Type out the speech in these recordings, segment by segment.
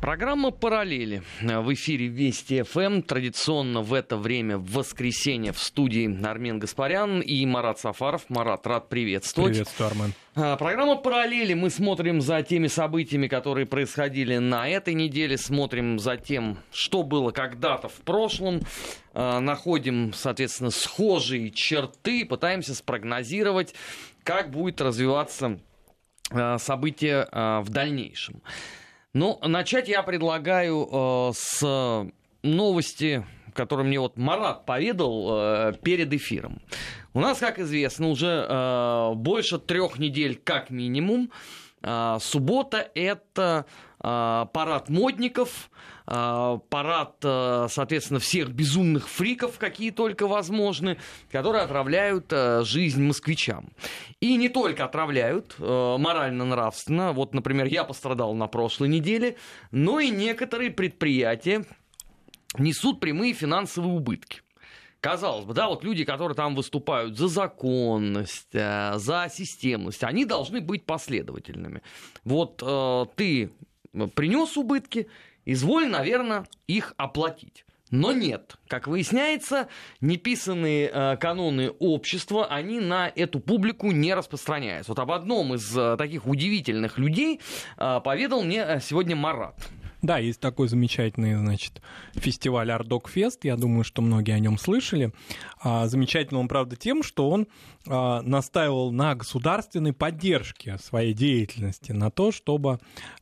Программа «Параллели» в эфире Вести ФМ. Традиционно в это время, в воскресенье, в студии Армен Гаспарян и Марат Сафаров. Марат, рад приветствовать. Приветствую, Армен. Программа «Параллели». Мы смотрим за теми событиями, которые происходили на этой неделе. Смотрим за тем, что было когда-то в прошлом. Находим, соответственно, схожие черты. Пытаемся спрогнозировать, как будет развиваться события в дальнейшем. Ну, начать я предлагаю с новости, которую мне вот Марат поведал перед эфиром. У нас, как известно, уже больше 3 недель как минимум. Суббота — это парад модников, парад, соответственно, всех безумных фриков, какие только возможны, которые отравляют жизнь москвичам. И не только отравляют морально-нравственно, вот, например, я пострадал на прошлой неделе, но и некоторые предприятия несут прямые финансовые убытки. Казалось бы, да, вот люди, которые там выступают за законность, за системность, они должны быть последовательными. Вот ты принес убытки, изволь, наверное, их оплатить. Но нет, как выясняется, неписанные каноны общества, они на эту публику не распространяются. Вот об одном из таких удивительных людей поведал мне сегодня Марат. Да, есть такой замечательный, значит, фестиваль Ардокфест. Я думаю, что многие о нем слышали. Замечательный он, правда, тем, что он настаивал на государственной поддержке своей деятельности, на то, чтобы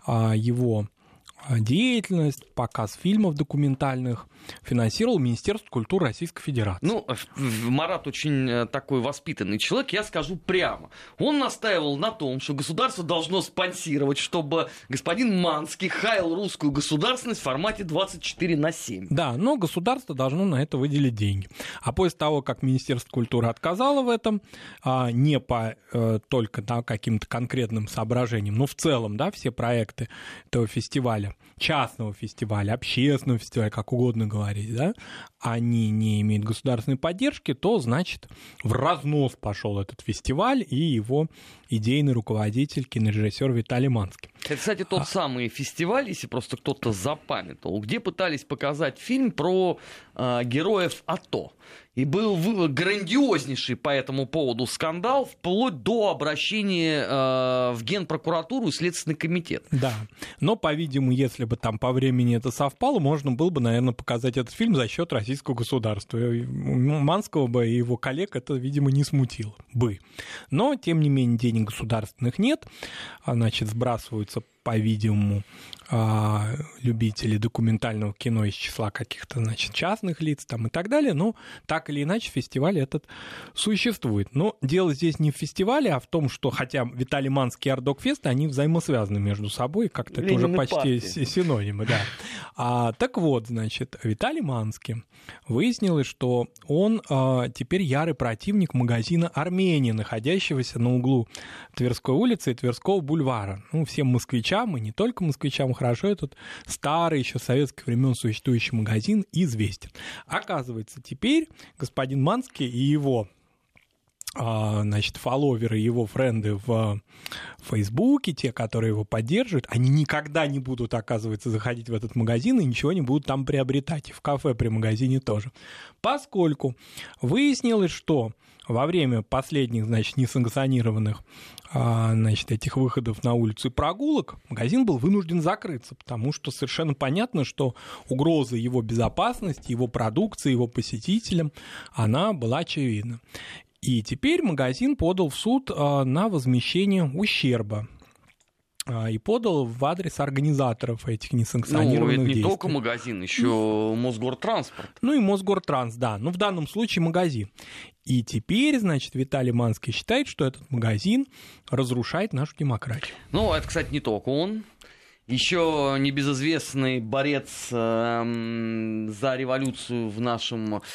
его деятельность, показ фильмов документальных финансировал Министерство культуры Российской Федерации. Ну, Марат очень такой воспитанный человек, я скажу прямо. Он настаивал на том, что государство должно спонсировать, чтобы господин Манский хаял русскую государственность в формате 24/7. Да, но государство должно на это выделить деньги. А после того, как Министерство культуры отказало в этом, не по только каким-то конкретным соображениям, но в целом, да, все проекты этого фестиваля, частного фестиваля, общественного фестиваля, как угодно говорить, да, они не имеют государственной поддержки, то, значит, в разнос пошел этот фестиваль и его идейный руководитель, кинорежиссер Виталий Манский. Это, кстати, тот самый фестиваль, если просто кто-то запамятовал, где пытались показать фильм про героев АТО. И был грандиознейший по этому поводу скандал, вплоть до обращения в Генпрокуратуру и Следственный комитет. Да, но, по-видимому, если бы там по времени это совпало, можно было бы, наверное, показать этот фильм за счет российского государства. Манского бы и его коллег это, видимо, не смутило бы. Но, тем не менее, денег государственных нет, значит, сбрасываются, по-видимому, любители документального кино из числа каких-то, значит, частных лиц там и так далее, но так или иначе фестиваль этот существует. Но дело здесь не в фестивале, а в том, что хотя Виталий Манский и Ардокфест, они взаимосвязаны между собой, как-то это уже почти синонимы, да. Так вот, значит, Виталий Манский выяснилось, что он теперь ярый противник магазина «Армения», находящегося на углу Тверской улицы и Тверского бульвара. Ну, всем москвичам, и не только москвичам, хорошо этот старый, еще с советских времен существующий магазин известен. Оказывается, теперь господин Манский и его, значит, фолловеры, его френды в Фейсбуке, те, которые его поддерживают, они никогда не будут, оказывается, заходить в этот магазин и ничего не будут там приобретать, и в кафе при магазине тоже. Поскольку выяснилось, что во время последних, значит, несанкционированных, значит, этих выходов на улицу и прогулок магазин был вынужден закрыться, потому что совершенно понятно, что угроза его безопасности, его продукции, его посетителям, она была очевидна. И теперь магазин подал в суд на возмещение ущерба. И подал в адрес организаторов этих несанкционированных действий. Не только магазин, еще Мосгортранспорт. Ну и Мосгортранс, да. Но в данном случае магазин. И теперь, значит, Виталий Манский считает, что этот магазин разрушает нашу демократию. Ну, это, кстати, не только он. Еще небезызвестный борец за революцию в нашем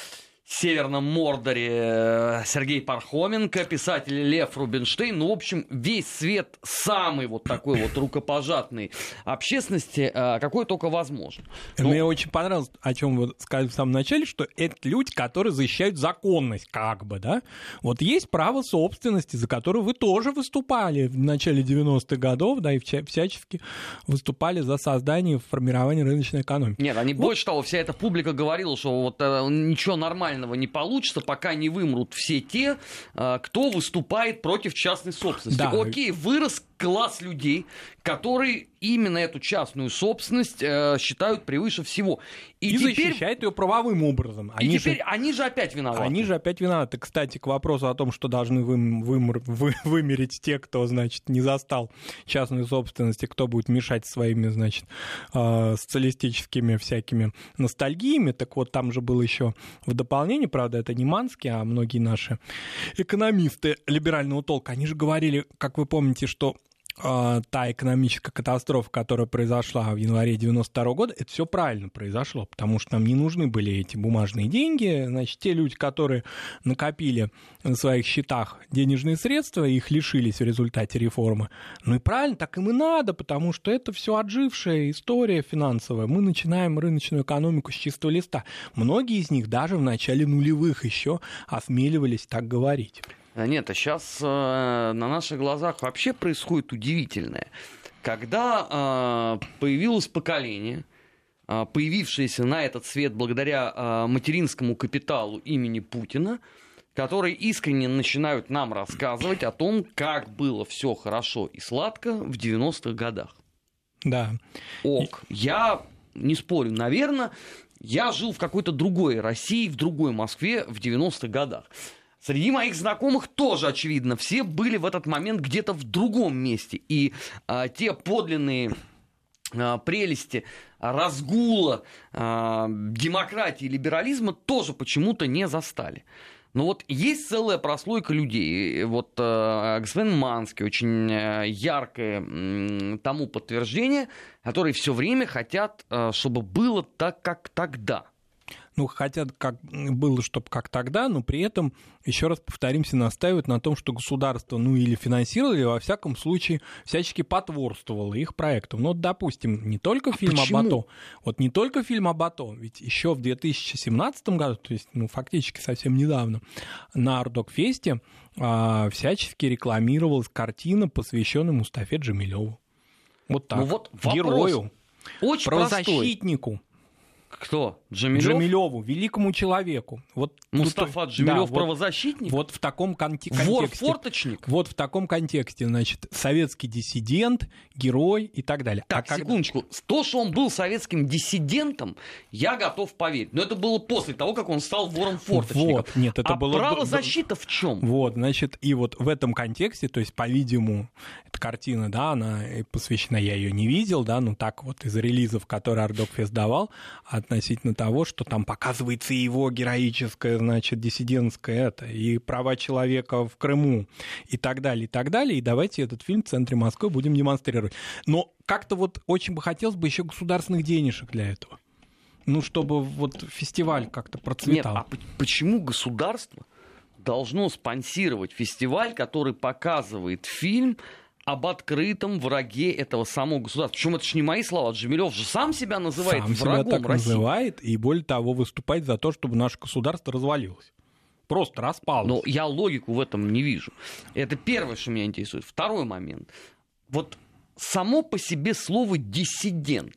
Северном Мордоре Сергей Пархоменко, писатель Лев Рубинштейн. Ну, в общем, весь свет самый вот такой вот рукопожатной общественности, какой только возможно. Мне очень понравилось, о чем вы сказали в самом начале, что это люди, которые защищают законность, как бы, да? Вот есть право собственности, за которое вы тоже выступали в начале 90-х годов, да, и всячески выступали за создание и формирование рыночной экономики. Нет, они больше того, вся эта публика говорила, что вот ничего нормального не получится, пока не вымрут все те, кто выступает против частной собственности. Да. Окей, вырос класс людей, которые именно эту частную собственность считают превыше всего. И теперь защищают ее правовым образом. Они же опять виноваты. Они же опять виноваты. Кстати, к вопросу о том, что должны вымереть те, кто, значит, не застал частную собственность, и кто будет мешать своими, значит, социалистическими всякими ностальгиями. Так вот, там же было еще в дополнении, правда, это не Манский, а многие наши экономисты либерального толка, они же говорили, как вы помните, что та экономическая катастрофа, которая произошла в январе 92 года, это все правильно произошло, потому что нам не нужны были эти бумажные деньги. Значит, те люди, которые накопили на своих счетах денежные средства, их лишились в результате реформы. Ну и правильно, так им и надо, потому что это все отжившая история финансовая. Мы начинаем рыночную экономику с чистого листа. Многие из них даже в начале нулевых еще осмеливались так говорить. Нет, а сейчас на наших глазах вообще происходит удивительное. Когда появилось поколение, появившееся на этот свет благодаря материнскому капиталу имени Путина, которые искренне начинают нам рассказывать о том, как было все хорошо и сладко в 90-х годах. Да. Я не спорю, наверное, я жил в какой-то другой России, в другой Москве в 90-х годах. Среди моих знакомых тоже, очевидно, все были в этот момент где-то в другом месте. И те подлинные прелести разгула демократии и либерализма тоже почему-то не застали. Но вот есть целая прослойка людей. Вот господин Манский очень яркое тому подтверждение, которые все время хотят, чтобы было так, как тогда. Ну, хотят, как было, чтобы как тогда, но при этом, еще раз повторимся, настаивают на том, что государство, ну, или финансировало, или, во всяком случае, всячески потворствовало их проектам. Ну, вот, допустим, не только фильм об АТО, вот не только фильм об АТО, ведь еще в 2017 году, то есть, ну, фактически совсем недавно, на Ардокфесте всячески рекламировалась картина, посвященная Мустафе Джемилеву. Вот так. Ну, вот герою, очень правозащитнику. Простой. Кто? Джемилев? Джемилеву, великому человеку. Вот Мустафа Джемилев, да, правозащитник? Вот в таком контексте. Вор-форточник? Вот в таком контексте, значит, советский диссидент, герой и так далее. Так, секундочку. То, что он был советским диссидентом, я готов поверить. Но это было после того, как он стал вором-форточником. Вот, нет, это было... правозащита в чем? Вот, значит, и вот в этом контексте, то есть, по-видимому, эта картина, да, она посвящена, я ее не видел, да, ну так вот из релизов, которые Ардокфест давал, относительно того, что там показывается его героическое, значит, диссидентское это, и права человека в Крыму, и так далее, и так далее. И давайте этот фильм в центре Москвы будем демонстрировать. Но как-то вот очень бы хотелось бы еще государственных денежек для этого. Ну, чтобы вот фестиваль как-то процветал. Нет, а почему государство должно спонсировать фестиваль, который показывает фильм об открытом враге этого самого государства? Причем это же не мои слова, Джемилев же сам себя называет сам врагом себя так России. Называет, и более того, выступает за то, чтобы наше государство развалилось. Просто распалось. Но я логику в этом не вижу. Это первое, что меня интересует. Второй момент. Вот само по себе слово «диссидент»,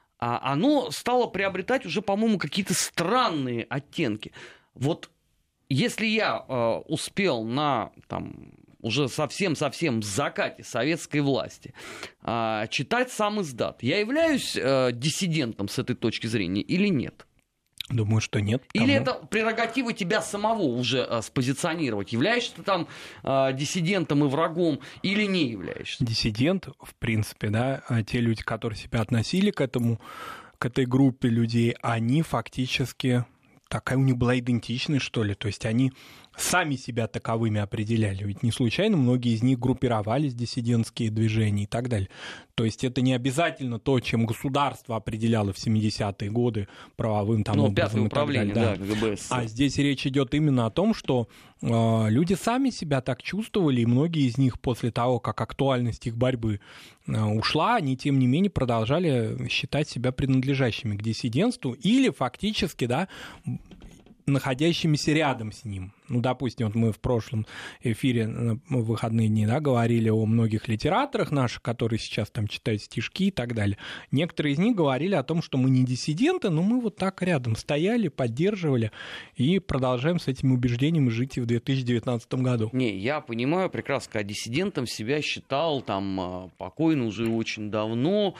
оно стало приобретать уже, по-моему, какие-то странные оттенки. Вот если я успел на... уже совсем-совсем в закате советской власти, читать сам издат. Я являюсь диссидентом с этой точки зрения или нет? Думаю, что нет. Или это прерогатива тебя самого уже спозиционировать? Являешься ты там диссидентом и врагом или не являешься? Диссидент, в принципе, да, те люди, которые себя относили к этой группе людей, они фактически... Такая у них была идентичность, что ли. То есть они сами себя таковыми определяли. Ведь не случайно многие из них группировались, диссидентские движения и так далее. То есть это не обязательно то, чем государство определяло в 70-е годы правовым там образом. Пятое управление, да, КГБ. А здесь речь идет именно о том, что люди сами себя так чувствовали, и многие из них после того, как актуальность их борьбы ушла, они, тем не менее, продолжали считать себя принадлежащими к диссидентству или фактически, да, находящимися рядом с ним. Ну, допустим, вот мы в прошлом эфире в выходные дни, да, говорили о многих литераторах наших, которые сейчас там читают стишки и так далее. Некоторые из них говорили о том, что мы не диссиденты, но мы вот так рядом стояли, поддерживали и продолжаем с этими убеждениями жить и в 2019 году. Не, я понимаю прекрасно, как диссидентом себя считал там покойный уже очень давно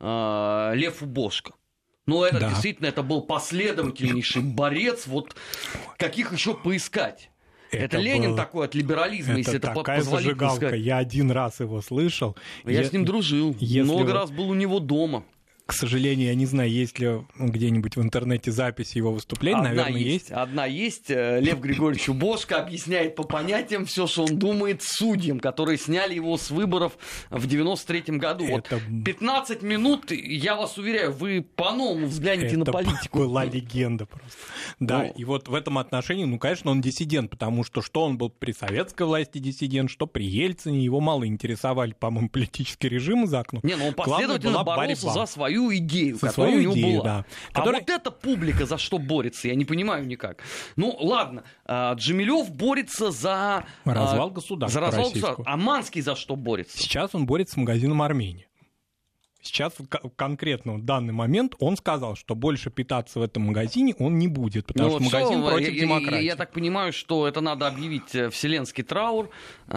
Лев Убошко. Но это действительно, это был последовательнейший борец, вот каких еще поискать. Это Ленин такой от либерализма, если это позволить сказать. Я один раз его слышал. Я с ним дружил, много раз был у него дома. К сожалению, я не знаю, есть ли где-нибудь в интернете запись его выступления. Наверное, есть. Одна есть. Лев Григорьевич Убошко объясняет по понятиям все, что он думает судьям, которые сняли его с выборов в 93-м году. Вот 15 минут, я вас уверяю, вы по-новому взглянете на политику. Это была легенда просто. Да, и вот в этом отношении, ну, конечно, он диссидент, потому что он был при советской власти диссидент, что при Ельцине, его мало интересовали, по-моему, политические режимы за окном. Не, но он последовательно боролся за свою идею, которая у него была. Да. А вот эта публика за что борется, я не понимаю никак. Ну, ладно, Джемилев борется за развал государства. За развал государства. А Манский за что борется? Сейчас он борется с магазином «Армения». Сейчас конкретно в данный момент он сказал, что больше питаться в этом магазине он не будет, потому что магазин против демократии. Я так понимаю, что это надо объявить вселенский траур.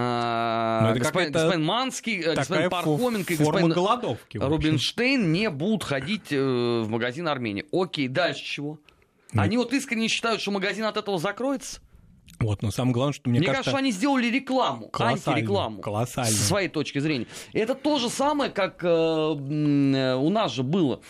Господин Манский, господин Пархоменко и господин Рубинштейн не будут ходить в магазин «Армения». Окей, дальше чего? Они вот искренне считают, что магазин от этого закроется? Вот, но самое главное, что мне кажется, что они сделали рекламу, антирекламу, колоссально. Со своей точки зрения. Это то же самое, как у нас же было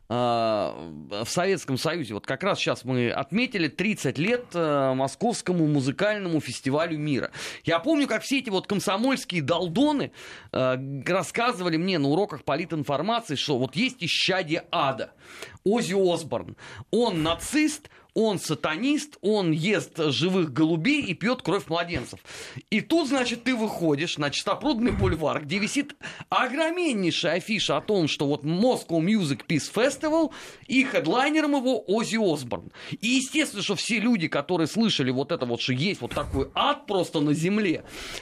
в Советском Союзе. Вот как раз сейчас мы отметили 30 лет Московскому музыкальному фестивалю мира. Я помню, как все эти вот комсомольские долдоны рассказывали мне на уроках политинформации, что вот есть исчадие ада. Оззи Осборн. Он нацист, он сатанист, он ест живых голубей и пьет кровь младенцев. И тут, значит, ты выходишь на Чистопрудный бульвар, где висит огромнейшая афиша о том, что вот Moscow Music Peace Festival, и хедлайнером его Оззи Осборн. И естественно, что все люди, которые слышали вот это вот, что есть вот такой ад просто на земле,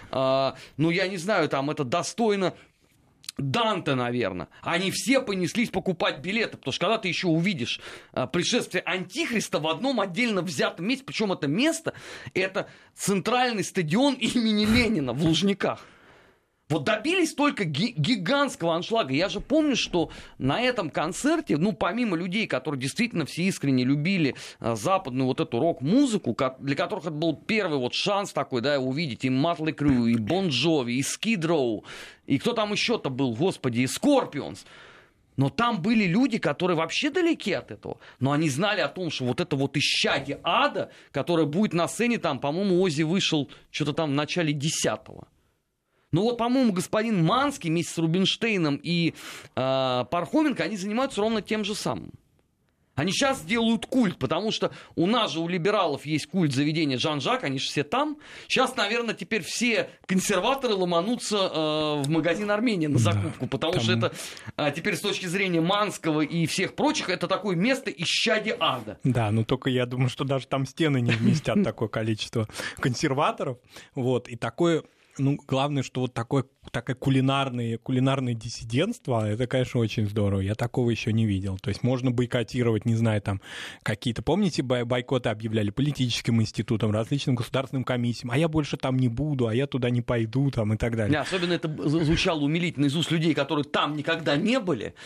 ну, я не знаю, там это достойно Данте, наверное. Они все понеслись покупать билеты, потому что когда ты еще увидишь пришествие Антихриста в одном отдельно взятом месте, причем это место, это центральный стадион имени Ленина в Лужниках. Вот добились только гигантского аншлага. Я же помню, что на этом концерте, ну, помимо людей, которые действительно все искренне любили западную вот эту рок-музыку, для которых это был первый вот шанс такой, да, увидеть и Mötley Crüe, и Bon Jovi, и Skid Row, и кто там еще-то был, господи, и Scorpions. Но там были люди, которые вообще далеки от этого. Но они знали о том, что вот это вот исчадие ада, которое будет на сцене, там, по-моему, Оззи вышел что-то там в начале 10-го. Ну вот, по-моему, господин Манский вместе с Рубинштейном и Пархоменко, они занимаются ровно тем же самым. Они сейчас делают культ, потому что у нас же, у либералов есть культ заведения Жан-Жак, они же все там. Сейчас, наверное, теперь все консерваторы ломанутся в магазин «Армения» на закупку, потому что это теперь с точки зрения Манского и всех прочих, это такое место исчадия ада. Да, но только я думаю, что даже там стены не вместят такое количество консерваторов. Вот, и такое... Ну, главное, что вот такое кулинарное диссидентство, это, конечно, очень здорово. Я такого еще не видел. То есть можно бойкотировать, не знаю, там какие-то... Помните, бойкоты объявляли политическим институтам, различным государственным комиссиям, а я больше там не буду, а я туда не пойду, там, и так далее. Да, особенно это звучало умилительно из уст людей, которые там никогда не были,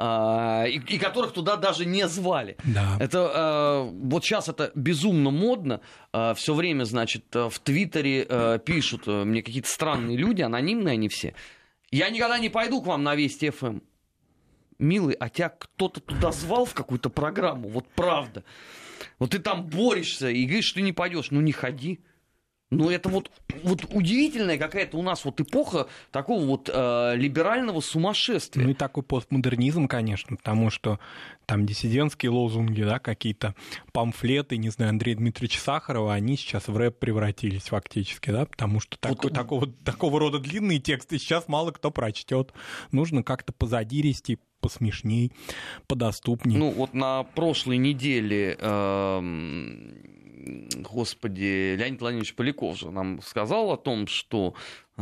и которых туда даже не звали. Да. Это вот сейчас это безумно модно. Все время, значит, в Твиттере пишут мне какие-то странные люди, анонимные они все. Я никогда не пойду к вам на Вести ФМ. Милый, а тебя кто-то туда звал в какую-то программу? Вот правда. Вот ты там борешься и говоришь, что ты не пойдешь. Ну не ходи. Ну, это вот удивительная какая-то у нас вот эпоха такого вот либерального сумасшествия. Ну и такой постмодернизм, конечно, потому что там диссидентские лозунги, да, какие-то памфлеты, не знаю, Андрея Дмитриевича Сахарова, они сейчас в рэп превратились фактически, да, потому что такого рода длинные тексты сейчас мало кто прочтет. Нужно как-то позадиристей, посмешней, подоступней. Ну, вот на прошлой неделе, Леонид Владимирович Поляков же нам сказал о том, что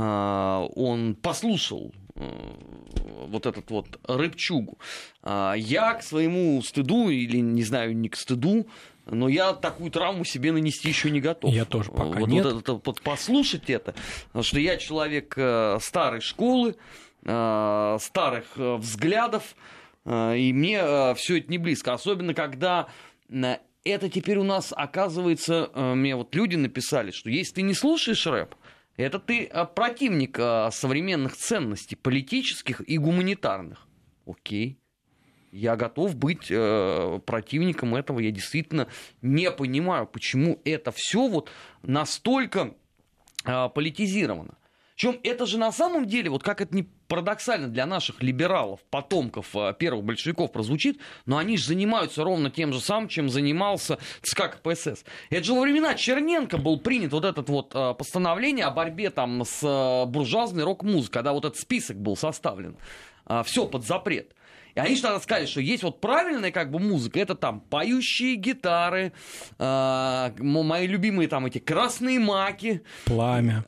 он послушал вот этот вот Рыбчугу. Я к своему стыду, или, не знаю, не к стыду, но я такую травму себе нанести еще не готов. Я тоже пока нет. Вот послушать это, потому что я человек старой школы, старых взглядов, и мне все это не близко. Особенно, когда это теперь у нас, оказывается, мне вот люди написали, что если ты не слушаешь рэп, это ты противник современных ценностей, политических и гуманитарных. Окей. Я готов быть противником этого. Я действительно не понимаю, почему это все вот настолько политизировано. Причем это же на самом деле, вот как это не парадоксально для наших либералов, потомков первых большевиков прозвучит, но они же занимаются ровно тем же самым, чем занимался ЦК КПСС. Это же во времена Черненко был принят вот это вот постановление о борьбе там с буржуазной рок-музыкой, когда вот этот список был составлен. Все под запрет. И они же тогда сказали, что есть вот правильная как бы музыка, это там поющие гитары, мои любимые там эти красные маки, пламя,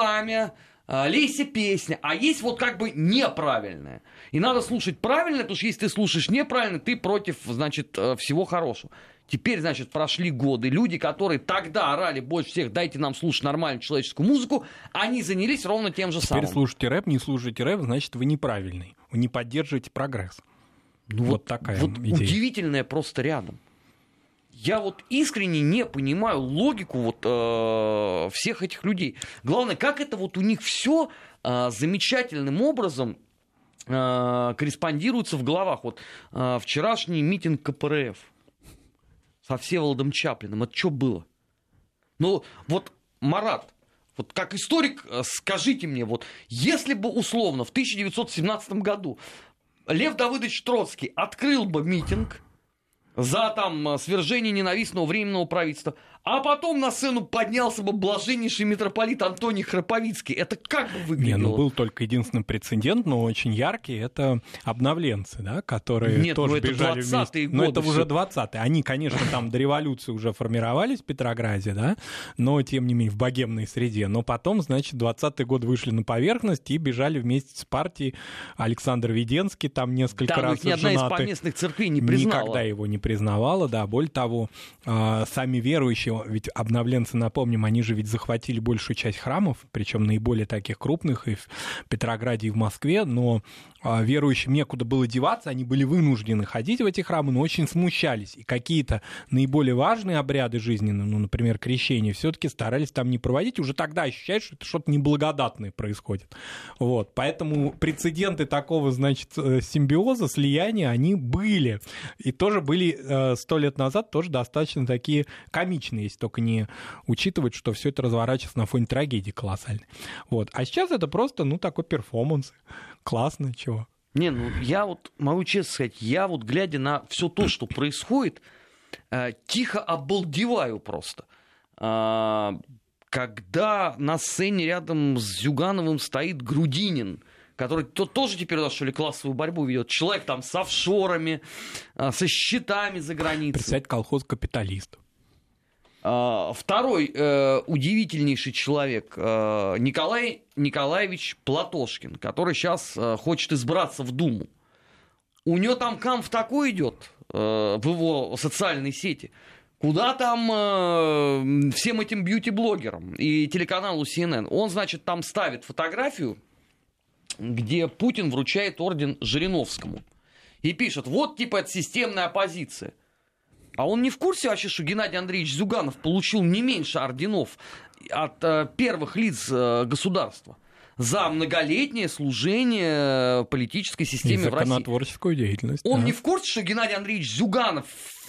Лейся песня, а есть вот как бы неправильная. И надо слушать правильно, потому что если ты слушаешь неправильно, ты против, значит, всего хорошего. Теперь, значит, прошли годы. Люди, которые тогда орали больше всех, дайте нам слушать нормальную человеческую музыку, они занялись ровно тем же самым. Теперь слушайте рэп, не слушайте рэп, значит, вы неправильный. Вы не поддерживаете прогресс. Ну, вот такая вот идея. Удивительная просто рядом. Я вот искренне не понимаю логику вот всех этих людей. Главное, как это вот у них все замечательным образом корреспондируется в головах. Вот вчерашний митинг КПРФ со Всеволодом Чаплиным. Это что было? Ну, вот, Марат, вот как историк, скажите мне, вот если бы условно в 1917 году Лев Давыдович Троцкий открыл бы митинг за там свержение ненавистного временного правительства, а потом на сцену поднялся бы блаженнейший митрополит Антоний Храповицкий. Это как бы выглядело? Не, ну был только единственный прецедент, но очень яркий, это обновленцы, да, которые тоже бежали вместе. Но это уже 20-е. Они, конечно, там до революции уже формировались в Петрограде, да, но тем не менее в богемной среде. Но потом, значит, 20-й год вышли на поверхность и бежали вместе с партией. Александр Веденский там несколько раз ни одна из поместных церквей не признала. Никогда его не признавала, да. Более того, сами верующие, ведь обновленцы, напомним, они же ведь захватили большую часть храмов, причем наиболее таких крупных и в Петрограде, и в Москве, но верующим некуда было деваться, они были вынуждены ходить в эти храмы, но очень смущались. И какие-то наиболее важные обряды жизненные, ну, например, крещение, все-таки старались там не проводить. Уже тогда ощущаешь, что это что-то неблагодатное происходит. Вот. Поэтому прецеденты такого, значит, симбиоза, слияния, они были. И тоже были 100 лет назад тоже достаточно такие комичные, если только не учитывать, что все это разворачивается на фоне трагедии колоссальной. Вот. А сейчас это просто, ну, такой перформанс. Классно, чего. Не, ну, я вот могу честно сказать, я вот, глядя на все то, что происходит, тихо обалдеваю просто. Когда на сцене рядом с Зюгановым стоит Грудинин, который тоже теперь у нас, что ли, классовую борьбу ведет. Человек там с офшорами, со счетами за границей. Председатель колхоз-капиталист. Второй удивительнейший человек Николай Николаевич Платошкин, который сейчас хочет избраться в Думу. У него там камф такой идет в его социальной сети. Куда там всем этим бьюти-блогерам и телеканалу CNN? Он, значит, там ставит фотографию, где Путин вручает орден Жириновскому. И пишет, вот типа это системная оппозиция. А он не в курсе вообще, что Геннадий Андреевич Зюганов получил не меньше орденов от первых лиц государства. за многолетнее служение политической системе в России. Законотворческую деятельность. Он не в курсе, что Геннадий Андреевич Зюганов,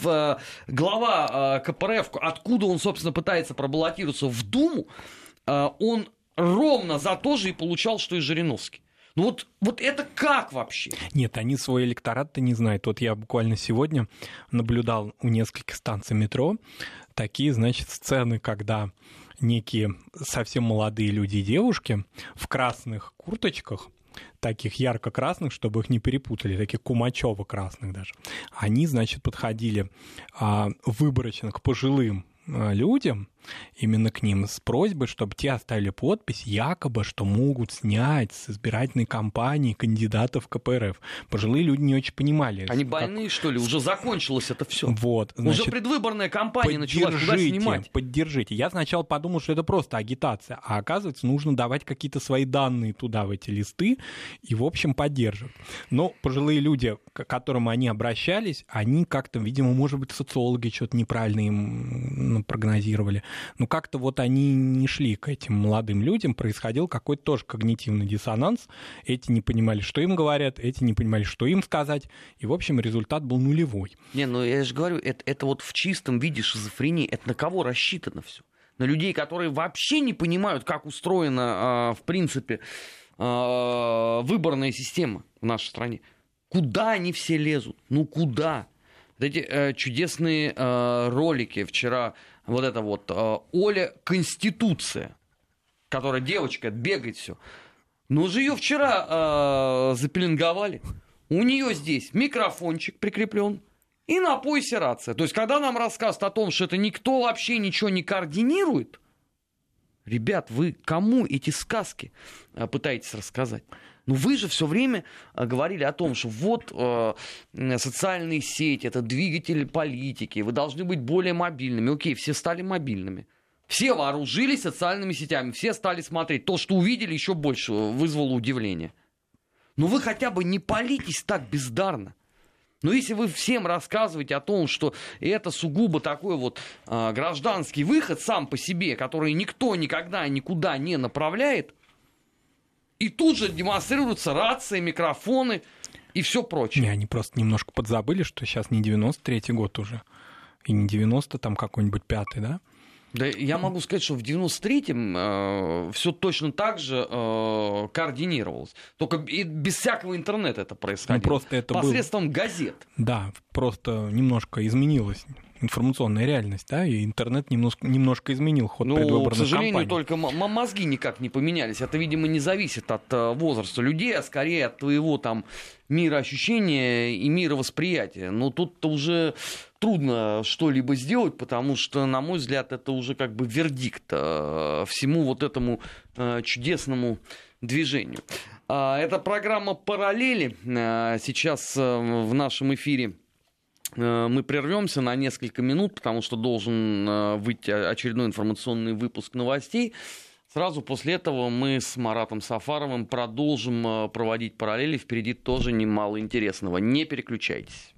глава КПРФ, откуда он, собственно, пытается пробаллотироваться в Думу, он ровно за то же и получал, что и Жириновский. Ну вот это как вообще? Нет, они свой электорат-то не знают. Вот я буквально сегодня наблюдал у нескольких станций метро такие, значит, сцены, когда некие совсем молодые люди и девушки в красных курточках, таких ярко-красных, чтобы их не перепутали, таких кумачево-красных даже, они, значит, подходили выборочно к пожилым людям, именно к ним, с просьбой, чтобы те оставили подпись, якобы, что могут снять с избирательной кампании кандидатов в КПРФ. Пожилые люди не очень понимали. Они больные, что ли? Уже закончилось это все. Вот, значит, уже предвыборная кампания началась, куда снимать? Поддержите. Я сначала подумал, что это просто агитация, а оказывается, нужно давать какие-то свои данные туда, в эти листы, и, в общем, поддерживать. Но пожилые люди, к которым они обращались, они как-то, видимо, может быть, социологи что-то неправильно им прогнозировали. Ну, как-то вот они не шли к этим молодым людям, происходил какой-то тоже когнитивный диссонанс. Эти не понимали, что им говорят, эти не понимали, что им сказать, и, в общем, результат был нулевой. Не, ну я же говорю, это вот в чистом виде шизофрении, это на кого рассчитано все? На людей, которые вообще не понимают, как устроена, в принципе, выборная система в нашей стране. Куда они все лезут? Ну, куда? Вот эти чудесные ролики вчера, вот это вот Оля Конституция, которая девочка, бегает все. Ну же ее вчера запеленговали. У нее здесь микрофончик прикреплен и на поясе рация. То есть, когда нам рассказывают о том, что это никто вообще ничего не координирует, ребят, вы кому эти сказки пытаетесь рассказать? Ну вы же все время говорили о том, что вот социальные сети, это двигатель политики, вы должны быть более мобильными. Окей, все стали мобильными. Все вооружились социальными сетями, все стали смотреть. То, что увидели, еще больше вызвало удивление. Но вы хотя бы не палитесь так бездарно. Но если вы всем рассказываете о том, что это сугубо такой вот гражданский выход сам по себе, который никто никогда никуда не направляет, и тут же демонстрируются рации, микрофоны и все прочее. Не, они просто немножко подзабыли, что сейчас не 93-й год уже, и не 90 там какой-нибудь 5-й, да? Да, я могу сказать, что в 93-м все точно так же координировалось. Только без всякого интернета это происходило. Ну, просто это посредством газет. Да, просто немножко изменилось. Информационная реальность, да, и интернет немножко изменил ход предвыборных кампаний. К сожалению, только мозги никак не поменялись. Это, видимо, не зависит от возраста людей, а скорее от твоего там мироощущения и мировосприятия. Но тут-то уже трудно что-либо сделать, потому что, на мой взгляд, это уже как бы вердикт всему вот этому чудесному движению. Это программа «Параллели». Сейчас в нашем эфире мы прервемся на несколько минут, потому что должен выйти очередной информационный выпуск новостей. Сразу после этого мы с Маратом Сафаровым продолжим проводить параллели. Впереди тоже немало интересного. Не переключайтесь.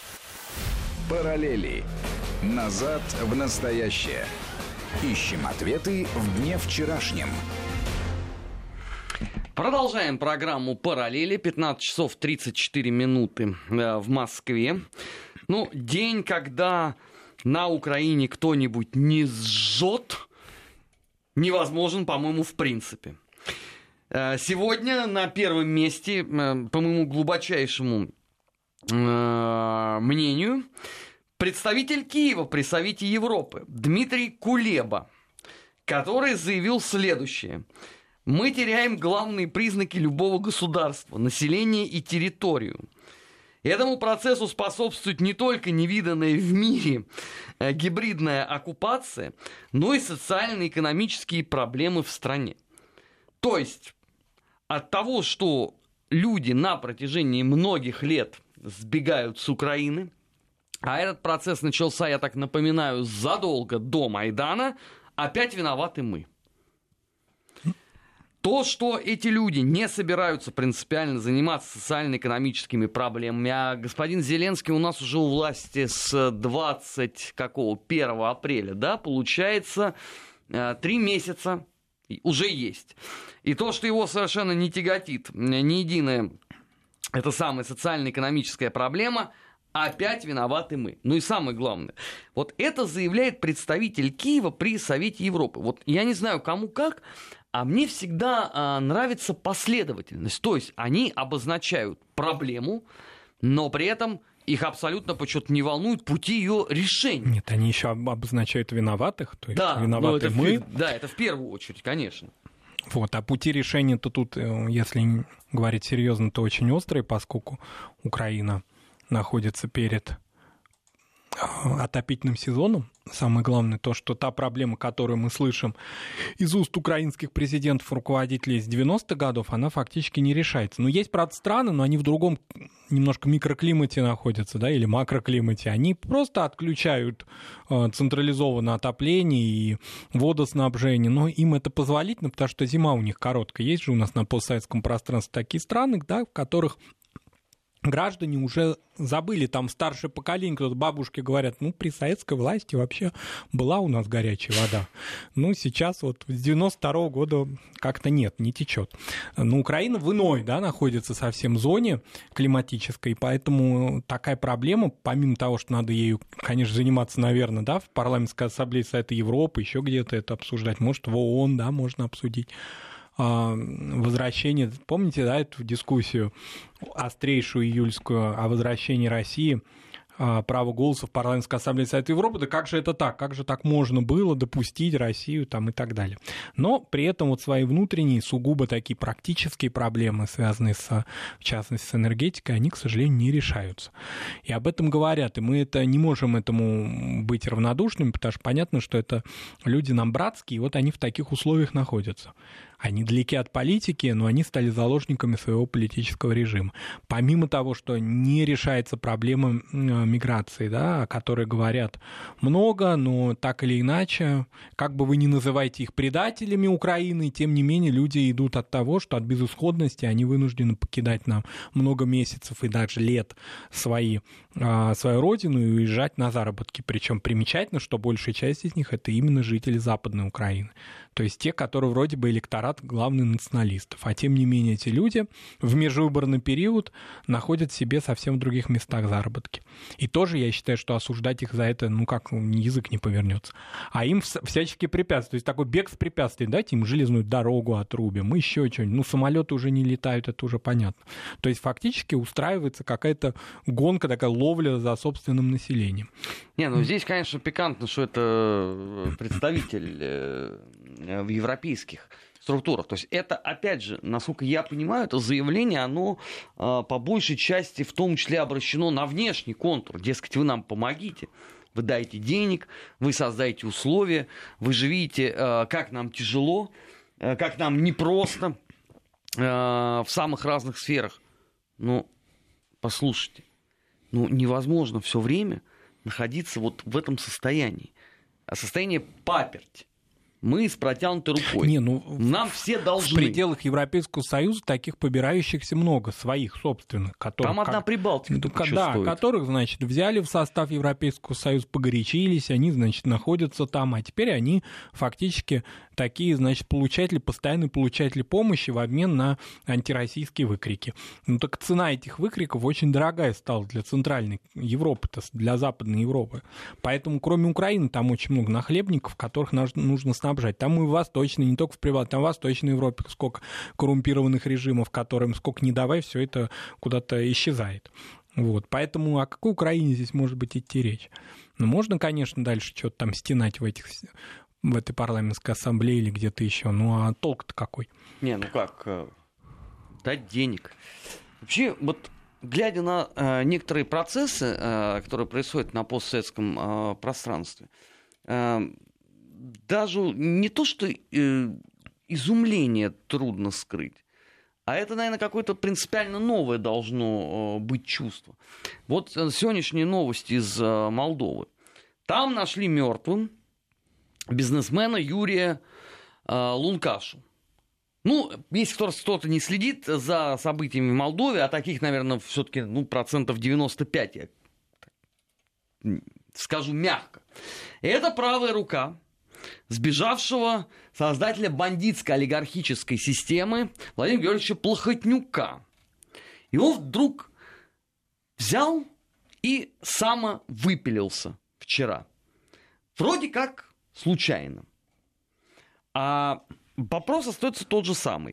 Параллели. Назад в настоящее. Ищем ответы в дне вчерашнем. Продолжаем программу «Параллели». 15 часов 34 минуты в Москве. Ну, день, когда на Украине кто-нибудь не сжет, невозможен, по-моему, в принципе. Сегодня на первом месте, по моему глубочайшему мнению, представитель Киева при Совете Европы Дмитрий Кулеба, который заявил следующее. Мы теряем главные признаки любого государства – население и территорию. Этому процессу способствует не только невиданная в мире гибридная оккупация, но и социально-экономические проблемы в стране. То есть от того, что люди на протяжении многих лет сбегают с Украины, а этот процесс начался, я так напоминаю, задолго до Майдана, опять виноваты мы. То, что эти люди не собираются принципиально заниматься социально-экономическими проблемами, а господин Зеленский у нас уже у власти с 21 апреля, да, получается 3 месяца уже есть. И то, что его совершенно не тяготит ни единая эта самая социально-экономическая проблема, опять виноваты мы. Ну и самое главное, вот это заявляет представитель Киева при Совете Европы. Вот я не знаю, кому как, а мне всегда нравится последовательность. То есть они обозначают проблему, но при этом их абсолютно почему-то не волнуют пути ее решения. Нет, они еще обозначают виноватых, то есть да, виноваты это мы. Да, это в первую очередь, конечно. Вот, а пути решения-то тут, если говорить серьезно, то очень острые, поскольку Украина находится перед отопительным сезоном. Самое главное то, что та проблема, которую мы слышим из уст украинских президентов, руководителей с 90-х годов, она фактически не решается. Но есть, правда, страны, но они в другом немножко микроклимате находятся, да, или макроклимате. Они просто отключают централизованное отопление и водоснабжение, но им это позволительно, потому что зима у них короткая. Есть же у нас на постсоветском пространстве такие страны, да, в которых граждане уже забыли, там старшее поколение, кто-то бабушки говорят, ну, при советской власти вообще была у нас горячая вода. Ну, сейчас вот с 92-го года как-то нет, не течет. Но Украина в иной, да, находится совсем зоне климатической, поэтому такая проблема, помимо того, что надо ею, конечно, заниматься, наверное, да, в парламентской ассамблее Совета Европы, еще где-то это обсуждать, может, в ООН, да, можно обсудить. Возвращение, помните, да, эту дискуссию острейшую июльскую о возвращении России, право голоса в парламентской ассамблее Совета Европы, да как же это так, как же так можно было допустить Россию там и так далее. Но при этом вот свои внутренние, сугубо такие практические проблемы, связанные в частности с энергетикой, они, к сожалению, не решаются. И об этом говорят, и мы это не можем этому быть равнодушными, потому что понятно, что это люди нам братские, и вот они в таких условиях находятся. Они далеки от политики, но они стали заложниками своего политического режима. Помимо того, что не решается проблема миграции, да, о которой говорят много, но так или иначе, как бы вы ни называете их предателями Украины, тем не менее люди идут от того, что от безысходности они вынуждены покидать нам много месяцев и даже лет свою родину и уезжать на заработки. Причем примечательно, что большая часть из них это именно жители Западной Украины. То есть те, которые вроде бы электорат главных националистов. А тем не менее эти люди в межвыборный период находят себе совсем в других местах заработки. И тоже я считаю, что осуждать их за это, ну как, язык не повернется. А им всячески препятствуют. То есть такой бег с препятствий. Дайте им железную дорогу отрубим, еще что-нибудь. Ну самолеты уже не летают, это уже понятно. То есть фактически устраивается какая-то гонка, такая ловля за собственным населением. Не, ну здесь, конечно, пикантно, что это представитель в европейских структурах. То есть это, опять же, насколько я понимаю, это заявление, оно по большей части в том числе обращено на внешний контур. Дескать, вы нам помогите, вы дайте денег, вы создаете условия, вы же видите, как нам тяжело, как нам непросто в самых разных сферах. Ну, послушайте, ну невозможно все время находиться вот в этом состоянии. А состояние паперти. Мы с протянутой рукой. Нам все должны. В пределах Европейского Союза таких побирающихся много, своих собственных. Которых, там одна Прибалтика да, которых, значит, взяли в состав Европейского Союза, погорячились, они, значит, находятся там, а теперь они фактически такие, значит, постоянные получатели помощи в обмен на антироссийские выкрики. Ну так цена этих выкриков очень дорогая стала для Центральной Европы, для Западной Европы. Поэтому, кроме Украины, там очень много нахлебников, которых нужно снабжать. Там и в Восточной, не только в Прибалтике, там в Восточной Европе сколько коррумпированных режимов, которым сколько не давай, все это куда-то исчезает. Вот. Поэтому о какой Украине здесь может быть идти речь? Ну, можно, конечно, дальше что-то там стенать в этой парламентской ассамблее или где-то еще. Ну, а толк-то какой? Не, ну как? Дать денег. Вообще, вот глядя на некоторые процессы, которые происходят на постсоветском пространстве, даже не то, что изумление трудно скрыть, а это, наверное, какое-то принципиально новое должно быть чувство. Вот сегодняшние новости из Молдовы. Там нашли мертвым бизнесмена Юрия Лункашу. Ну, если кто-то не следит за событиями в Молдове, а таких, наверное, все-таки 95%, я скажу мягко. Это правая рука сбежавшего создателя бандитской олигархической системы Владимира Георгиевича Плохотнюка. И он вдруг взял и самовыпилился вчера. Вроде как случайно. А вопрос остается тот же самый.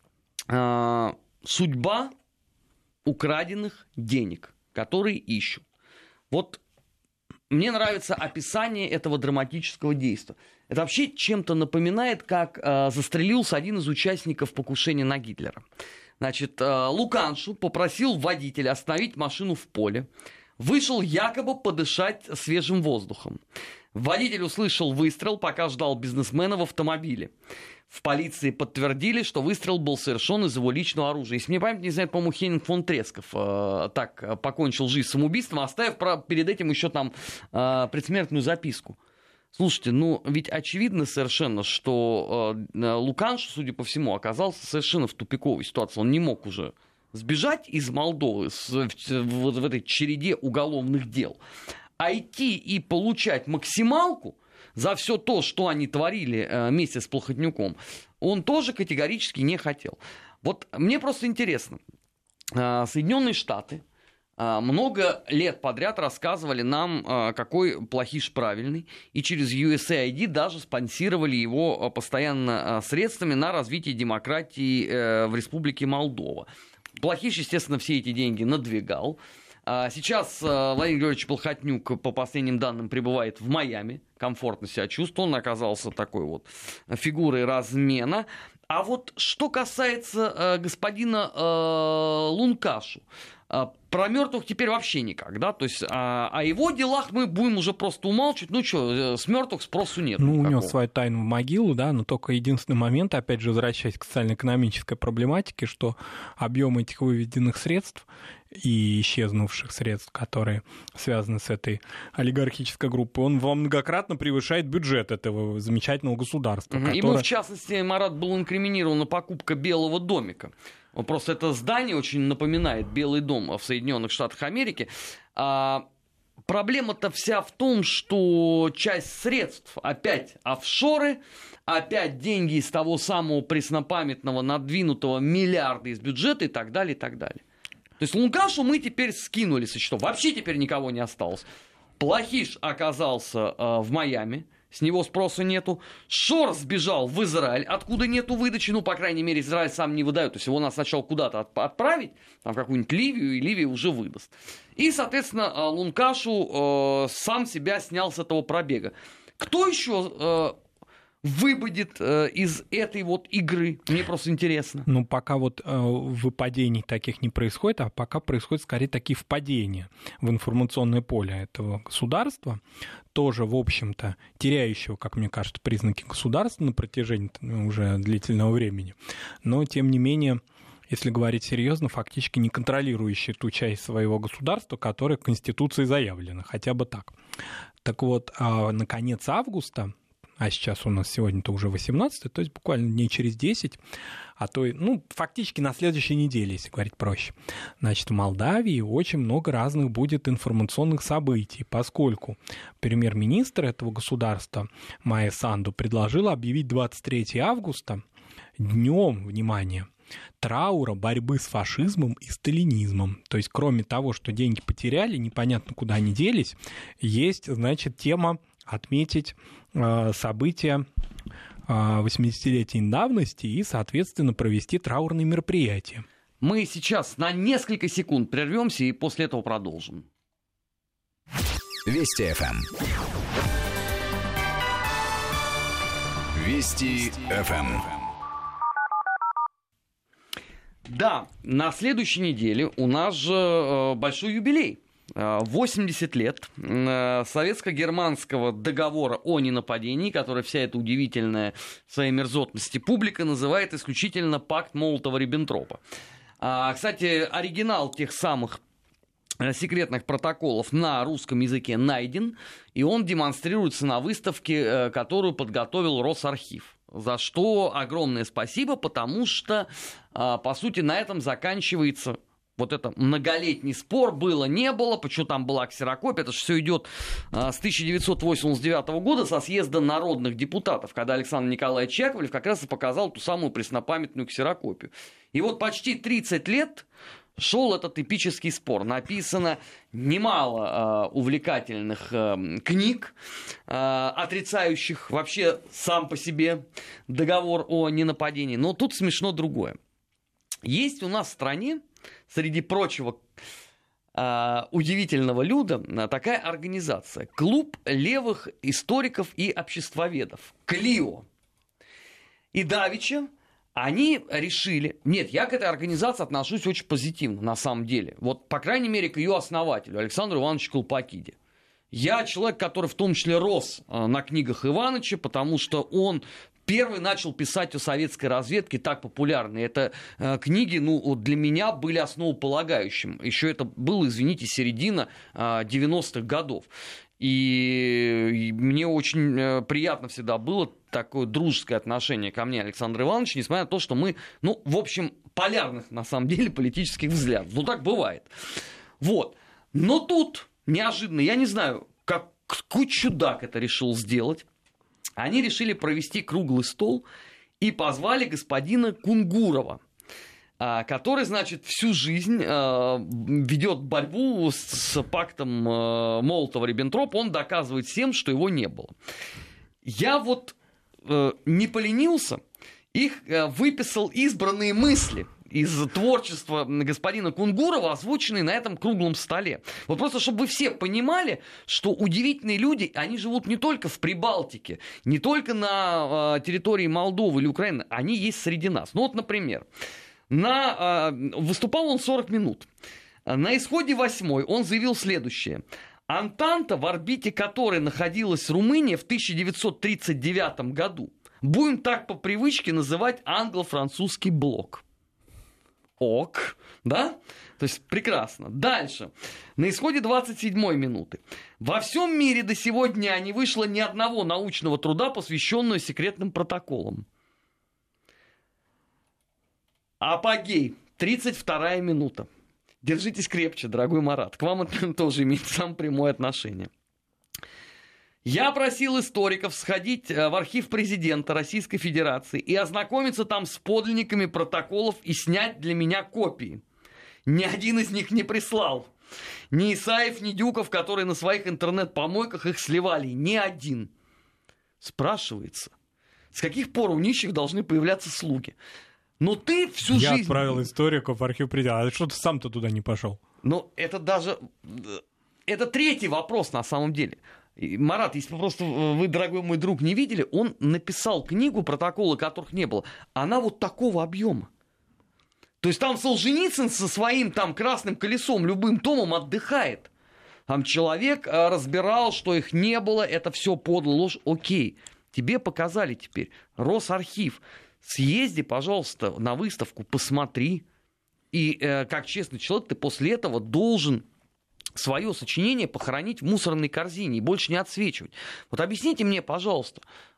Судьба украденных денег, которые ищут. Вот мне нравится описание этого драматического действия. Это вообще чем-то напоминает, как застрелился один из участников покушения на Гитлера. Значит, Луканшу попросил водителя остановить машину в поле. Вышел якобы подышать свежим воздухом. Водитель услышал выстрел, пока ждал бизнесмена в автомобиле. В полиции подтвердили, что выстрел был совершен из его личного оружия. Если мне память не знает, по-моему, Хеннинг фон Тресков так покончил жизнь самоубийством, оставив перед этим еще там предсмертную записку. Слушайте, ну ведь очевидно совершенно, что Луканш, судя по всему, оказался совершенно в тупиковой ситуации. Он не мог уже сбежать из Молдовы в этой череде уголовных дел, а идти и получать максималку за все то, что они творили вместе с Плохотнюком, он тоже категорически не хотел. Вот мне просто интересно. Соединенные Штаты много лет подряд рассказывали нам, какой Плохиш правильный, и через USAID даже спонсировали его постоянно средствами на развитие демократии в Республике Молдова. Плохиш, естественно, все эти деньги надвигал. Сейчас Владимир Георгиевич Плохотнюк, по последним данным, пребывает в Майами, комфортно себя чувствует, он оказался такой вот фигурой размена. А вот что касается господина Лункашу, про мертвых теперь вообще никак, да, то есть о его делах мы будем уже просто умалчивать, ну что, с мертвых спросу нет. Ну, никакого. унес свою тайну в могилу, да, но только единственный момент, опять же, возвращаясь к социально-экономической проблематике, что объем этих выведенных средств и исчезнувших средств, которые связаны с этой олигархической группой, он многократно превышает бюджет этого замечательного государства. Угу. Которое... Ему, в частности, Марат, был инкриминирована покупка Белого домика. Просто это здание очень напоминает Белый дом в Соединенных Штатах Америки. Проблема-то вся в том, что часть средств опять офшоры, опять деньги из того самого преснопамятного надвинутого миллиарда из бюджета и так далее, и так далее. То есть Лукашу мы теперь скинули со счетов. Вообще теперь никого не осталось. Плохиш оказался в Майами. С него спроса нету. Шор сбежал в Израиль, откуда нету выдачи. Ну, по крайней мере, Израиль сам не выдает. То есть его надо сначала куда-то отправить, там, в какую-нибудь Ливию, и Ливия уже выдаст. И, соответственно, Лункашу сам себя снял с этого пробега. Кто еще выпадет из этой вот игры? Мне просто интересно. Ну, пока вот выпадений таких не происходит, а пока происходят скорее такие впадения в информационное поле этого государства, тоже, в общем-то, теряющего, как мне кажется, признаки государства на протяжении уже длительного времени. Но, тем не менее, если говорить серьезно, фактически не контролирующий ту часть своего государства, которая в Конституции заявлена, хотя бы так. Так вот, на конец августа, а сейчас у нас сегодня-то уже 18-й, то есть буквально дней через 10, а то, ну, фактически на следующей неделе, если говорить проще. Значит, в Молдавии очень много разных будет информационных событий, поскольку премьер-министр этого государства Майя Санду предложила объявить 23 августа днем, внимание, траура, борьбы с фашизмом и сталинизмом. То есть, кроме того, что деньги потеряли, непонятно, куда они делись, есть, значит, тема отметить события 80-летней давности и, соответственно, провести траурные мероприятия. Мы сейчас на несколько секунд прервемся и после этого продолжим. Вести ФМ. Вести ФМ. Да, на следующей неделе у нас же большой юбилей. 80 лет советско-германского договора о ненападении, который вся эта удивительная в своей мерзотности публика называет исключительно пакт Молотова-Риббентропа. Кстати, оригинал тех самых секретных протоколов на русском языке найден, и он демонстрируется на выставке, которую подготовил Росархив. За что огромное спасибо, потому что, по сути, на этом заканчивается Вот это многолетний спор, было, не было, почему там была ксерокопия, это же все идет с 1989 года, со съезда народных депутатов, когда Александр Николаевич Яковлев как раз и показал ту самую преснопамятную ксерокопию. И вот почти 30 лет шел этот эпический спор. Написано немало увлекательных книг, отрицающих вообще сам по себе договор о ненападении. Но тут смешно другое. Есть у нас в стране, среди прочего удивительного люда, такая организация. Клуб левых историков и обществоведов. КЛИО. И давеча они решили... Нет, я к этой организации отношусь очень позитивно, на самом деле. Вот, по крайней мере, к ее основателю, Александру Ивановичу Колпакиде. Я человек, который в том числе рос на книгах Иваныча, потому что он первый начал писать о советской разведке так популярно. Это книги, для меня были основополагающим. Еще это было, извините, середина 90-х годов. И мне очень приятно всегда было такое дружеское отношение ко мне Александра Ивановича, несмотря на то, что мы, в общем, полярных, на самом деле, политических взглядов. Так бывает. Вот. Но тут неожиданно, я не знаю, какой чудак это решил сделать, они решили провести круглый стол и позвали господина Кунгурова, который, значит, всю жизнь ведет борьбу с пактом Молотова-Риббентропа. Он доказывает всем, что его не было. Я не поленился, их выписал избранные мысли из творчества господина Кунгурова, озвученные на этом круглом столе. Вот просто, чтобы вы все понимали, что удивительные люди, они живут не только в Прибалтике, не только на территории Молдовы или Украины, они есть среди нас. Например, выступал он 40 минут. На исходе 8-й он заявил следующее. Антанта, в орбите которой находилась Румыния в 1939 году, будем так по привычке называть англо-французский блок. Ок, да? То есть прекрасно. Дальше. На исходе 27-й минуты. Во всем мире до сегодня не вышло ни одного научного труда, посвященного секретным протоколам. Апогей. 32-я минута. Держитесь крепче, дорогой Марат. К вам это тоже имеет самое прямое отношение. Я просил историков сходить в архив президента Российской Федерации и ознакомиться там с подлинниками протоколов и снять для меня копии. Ни один из них не прислал. Ни Исаев, ни Дюков, которые на своих интернет-помойках их сливали. Ни один. Спрашивается, с каких пор у нищих должны появляться слуги? Но ты всю жизнь... Я отправил историков в архив президента. А что ты сам-то туда не пошел? Это даже... Это третий вопрос на самом деле. Марат, если просто вы, дорогой мой друг, не видели, он написал книгу, протоколы которых не было. Она такого объема. То есть там Солженицын со своим там красным колесом, любым томом отдыхает. Там человек разбирал, что их не было, это все подлая ложь. Окей, тебе показали теперь. Росархив. Съезди, пожалуйста, на выставку, посмотри. И как честный человек, ты после этого должен свое сочинение похоронить в мусорной корзине и больше не отсвечивать. Объясните мне, пожалуйста,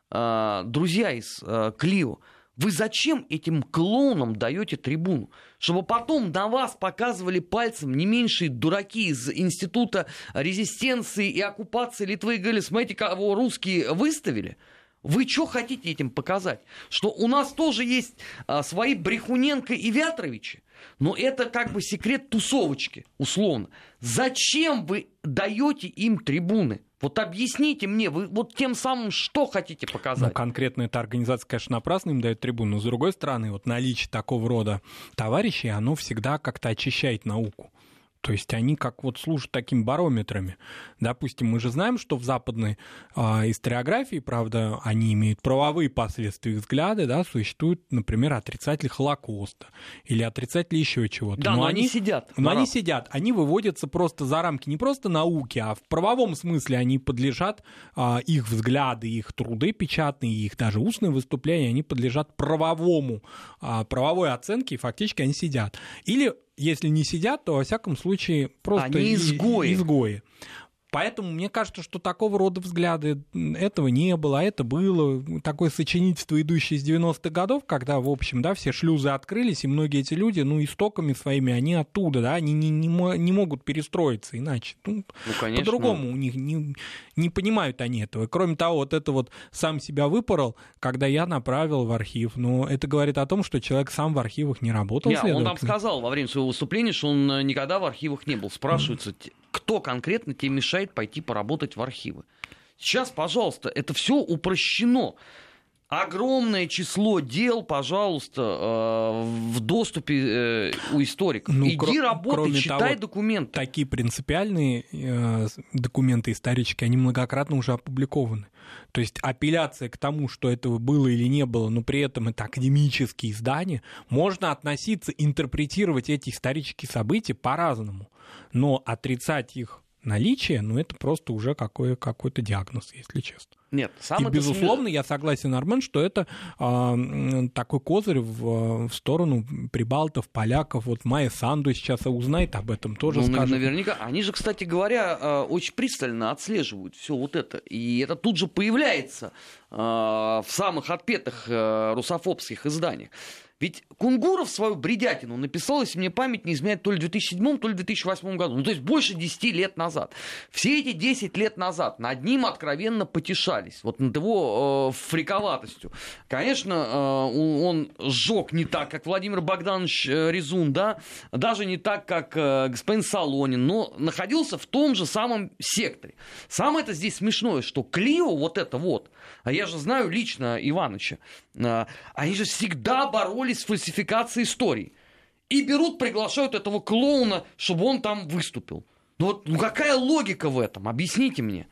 друзья из КЛИО, вы зачем этим клоунам даете трибуну? Чтобы потом на вас показывали пальцем не меньшие дураки из Института резистенции и оккупации Литвы и говорили, смотрите, кого русские выставили? Вы что хотите этим показать? Что у нас тоже есть свои Брехуненко и Вятровичи? Но это секрет тусовочки, условно. Зачем вы даете им трибуны? Объясните мне, вы тем самым что хотите показать? Конкретно эта организация, конечно, напрасно им дает трибуну, но с другой стороны, наличие такого рода товарищей, оно всегда как-то очищает науку. То есть они как служат такими барометрами. Допустим, мы же знаем, что в западной историографии, правда, они имеют правовые последствия их взгляды, да, существуют, например, отрицатели Холокоста или отрицатели еще чего-то. Да, но они сидят. Но они сидят, они выводятся просто за рамки не просто науки, а в правовом смысле они подлежат, их взгляды, их труды печатные, их даже устные выступления, они подлежат правовой оценке, и фактически они сидят. Или если не сидят, то, во всяком случае, просто они изгои. Поэтому мне кажется, что такого рода взгляды этого не было, а это было такое сочинительство, идущее из 90-х годов, когда, в общем, да, все шлюзы открылись, и многие эти люди, ну, истоками своими, они оттуда, да, они не могут перестроиться иначе. Ну, по-другому у них не понимают они этого. И, кроме того, вот это вот сам себя выпорол, когда я направил в архив. Но это говорит о том, что человек сам в архивах не работал. Нет, он там сказал во время своего выступления, что он никогда в архивах не был. Спрашивается, кто конкретно тебе мешает пойти поработать в архивы? Сейчас, пожалуйста, это все упрощено. Огромное число дел, пожалуйста, в доступе у историков. Ну, иди работай, читай того, документы. Такие принципиальные документы исторические, они многократно уже опубликованы. То есть апелляция к тому, что этого было или не было, но при этом это академические издания, можно относиться, интерпретировать эти исторические события по-разному. Но отрицать их наличие, ну, это просто уже какой-то диагноз, если честно. Нет, и, безусловно, я согласен, Армен, что это такой козырь в сторону прибалтов, поляков. Вот Майя Санду сейчас узнает об этом, тоже скажет. Наверняка. Они же, кстати говоря, очень пристально отслеживают все вот это. И это тут же появляется в самых отпетых русофобских изданиях. Ведь Кунгуров свою бредятину написал, если мне память не изменяет, то ли в 2007, то ли в 2008 году. Ну, то есть больше 10 лет назад. Все эти 10 лет назад над ним откровенно потешались. Вот над его фриковатостью. Конечно, он сжег не так, как Владимир Богданович Резун, да? Даже не так, как господин Солонин, но находился в том же самом секторе. Самое это здесь смешное, что Клио, вот это вот, а я же знаю лично Иваныча, они же всегда боролись с фальсификацией истории. И берут, приглашают этого клоуна, чтобы он там выступил. Ну какая логика в этом? Объясните мне.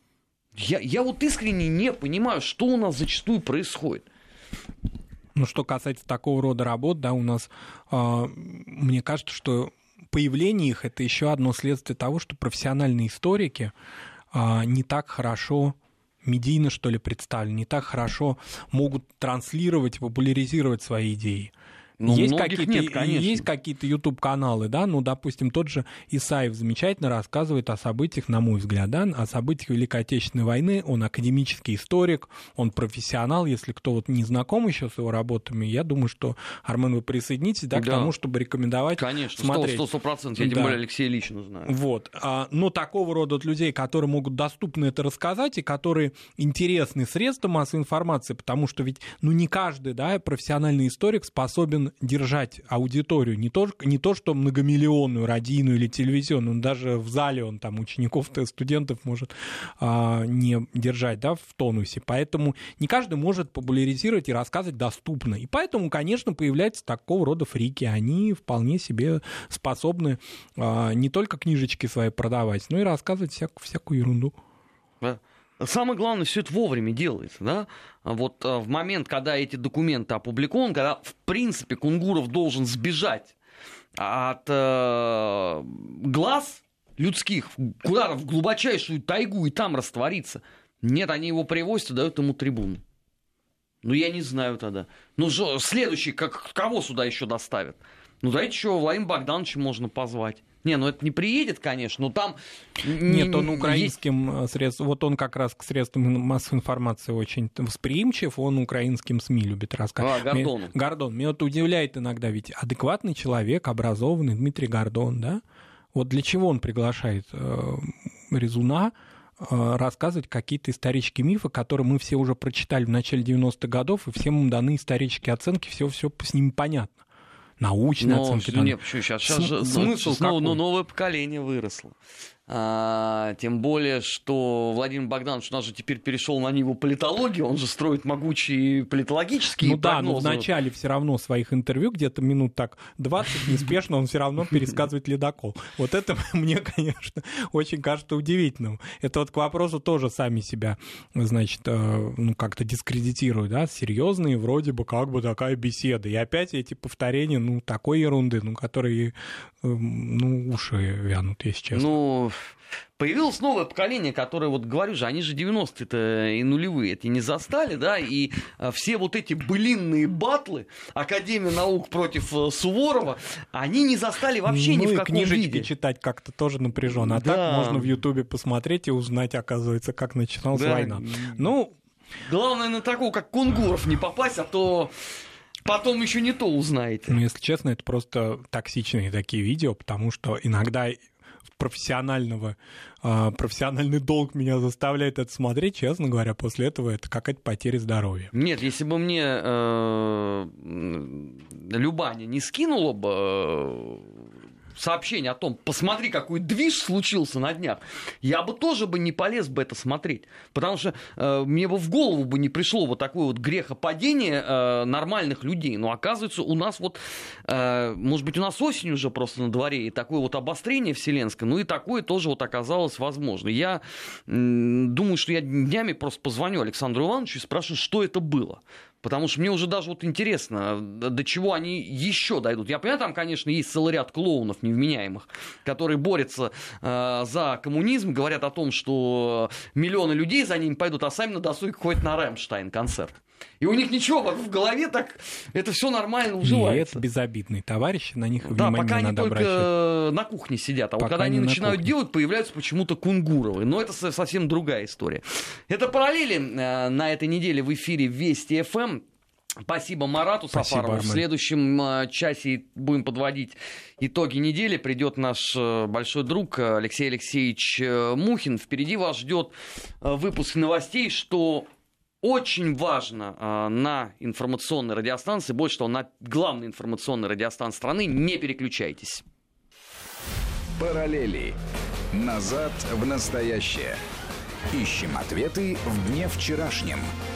Я вот искренне не понимаю, что у нас зачастую происходит. Ну, что касается такого рода работ, да, у нас, мне кажется, что появление их — это еще одно следствие того, что профессиональные историки не так хорошо медийно, что ли, представлены, не так хорошо могут транслировать, популяризировать свои идеи. Ну, есть какие-то YouTube-каналы, да, ну, допустим, тот же Исаев замечательно рассказывает о событиях, на мой взгляд, да, о событиях Великой Отечественной войны, он академический историк, он профессионал, если кто вот не знаком еще с его работами, я думаю, что, Армен, вы присоединитесь, да, к тому, чтобы рекомендовать смотреть. Конечно, 100%, я тем более Алексея лично знаю. Вот, но такого рода людей, которые могут доступно это рассказать и которые интересны средства массовой информации, потому что ведь, ну, не каждый, да, профессиональный историк способен держать аудиторию, не то, что многомиллионную, радийную или телевизионную, но даже в зале он там учеников, студентов может не держать, да, в тонусе. Поэтому не каждый может популяризировать и рассказывать доступно. И поэтому, конечно, появляются такого рода фрики. Они вполне себе способны не только книжечки свои продавать, но и рассказывать всякую ерунду. Да. Самое главное, все это вовремя делается, да? Вот в момент, когда эти документы опубликованы, когда, в принципе, Кунгуров должен сбежать от глаз людских куда-то в глубочайшую тайгу и там раствориться. Нет, они его привозят и дают ему трибуну. Ну, я не знаю тогда. Ну, следующий, кого сюда еще доставят? Ну, дайте еще Владимира Богдановича можно позвать. Не, ну это не приедет, конечно, но там... Нет, он украинским средством, вот он как раз к средствам массовой информации очень восприимчив, он украинским СМИ любит рассказывать. Гордон. Меня вот удивляет иногда, ведь адекватный человек, образованный Дмитрий Гордон, да? Вот для чего он приглашает Резуна рассказывать какие-то исторические мифы, которые мы все уже прочитали в начале 90-х годов, и всем им даны исторические оценки, все с ними понятно. Научные оценки. Нет, сейчас же смысл новое поколение выросло. Тем более, что Владимир Богданович у нас же теперь перешел на ниву политологии, он же строит могучие политологические прогнозы. Ну да, но в начале все равно своих интервью, где-то минут так 20, неспешно он все равно пересказывает ледокол. Вот это мне, конечно, очень кажется удивительным. Это вот к вопросу тоже сами себя, значит, ну как-то дискредитируют, да, серьезные вроде бы как бы такая беседа. И опять эти повторения, ну такой ерунды, ну которые уши вянут, если честно. Ну, появилось новое поколение, которое, вот говорю же, они же 90-е-то и нулевые, эти не застали, да, и все вот эти былинные батлы Академия наук против Суворова, они не застали вообще ни в каком виде. Книжечки читать как-то тоже напряженно, а так можно в Ютубе посмотреть и узнать, оказывается, как начиналась война. Ну, главное на такого, как Кунгуров, не попасть, а то потом еще не то узнаете. Ну, если честно, это просто токсичные такие видео, потому что иногда профессиональный долг меня заставляет это смотреть, честно говоря, после этого это какая-то потеря здоровья. Нет, если бы мне Любаня не скинула бы сообщение о том, посмотри, какой движ случился на днях, я бы тоже не полез бы это смотреть. Потому что мне бы в голову бы не пришло вот такое вот грехопадение нормальных людей. Но оказывается, у нас вот, может быть, у нас осень уже просто на дворе, и такое вот обострение вселенское, ну и такое тоже вот оказалось возможно. Я думаю, что я днями просто позвоню Александру Ивановичу и спрошу, что это было. Потому что мне уже даже вот интересно, до чего они еще дойдут. Я понимаю, там, конечно, есть целый ряд клоунов невменяемых, которые борются за коммунизм, говорят о том, что миллионы людей за ним пойдут, а сами на досуге ходят на Рэмштайн концерт. И у них ничего в голове так, это все нормально уживается. Нет, это безобидные товарищи, на них внимание пока они надо только обращать. на кухне сидят, а вот Пока когда они они начинают делать, появляются почему-то Кунгуровы. Но это совсем другая история. Это «Параллели» на этой неделе в эфире Вести ФМ. Спасибо Марату Сафарову. В следующем часе будем подводить итоги недели. Придет наш большой друг Алексей Алексеевич Мухин. Впереди вас ждет выпуск новостей, что очень важно на информационной радиостанции, больше того, на главной информационной радиостанции страны. Не переключайтесь. Параллели. Назад в настоящее. Ищем ответы в дне вчерашнем.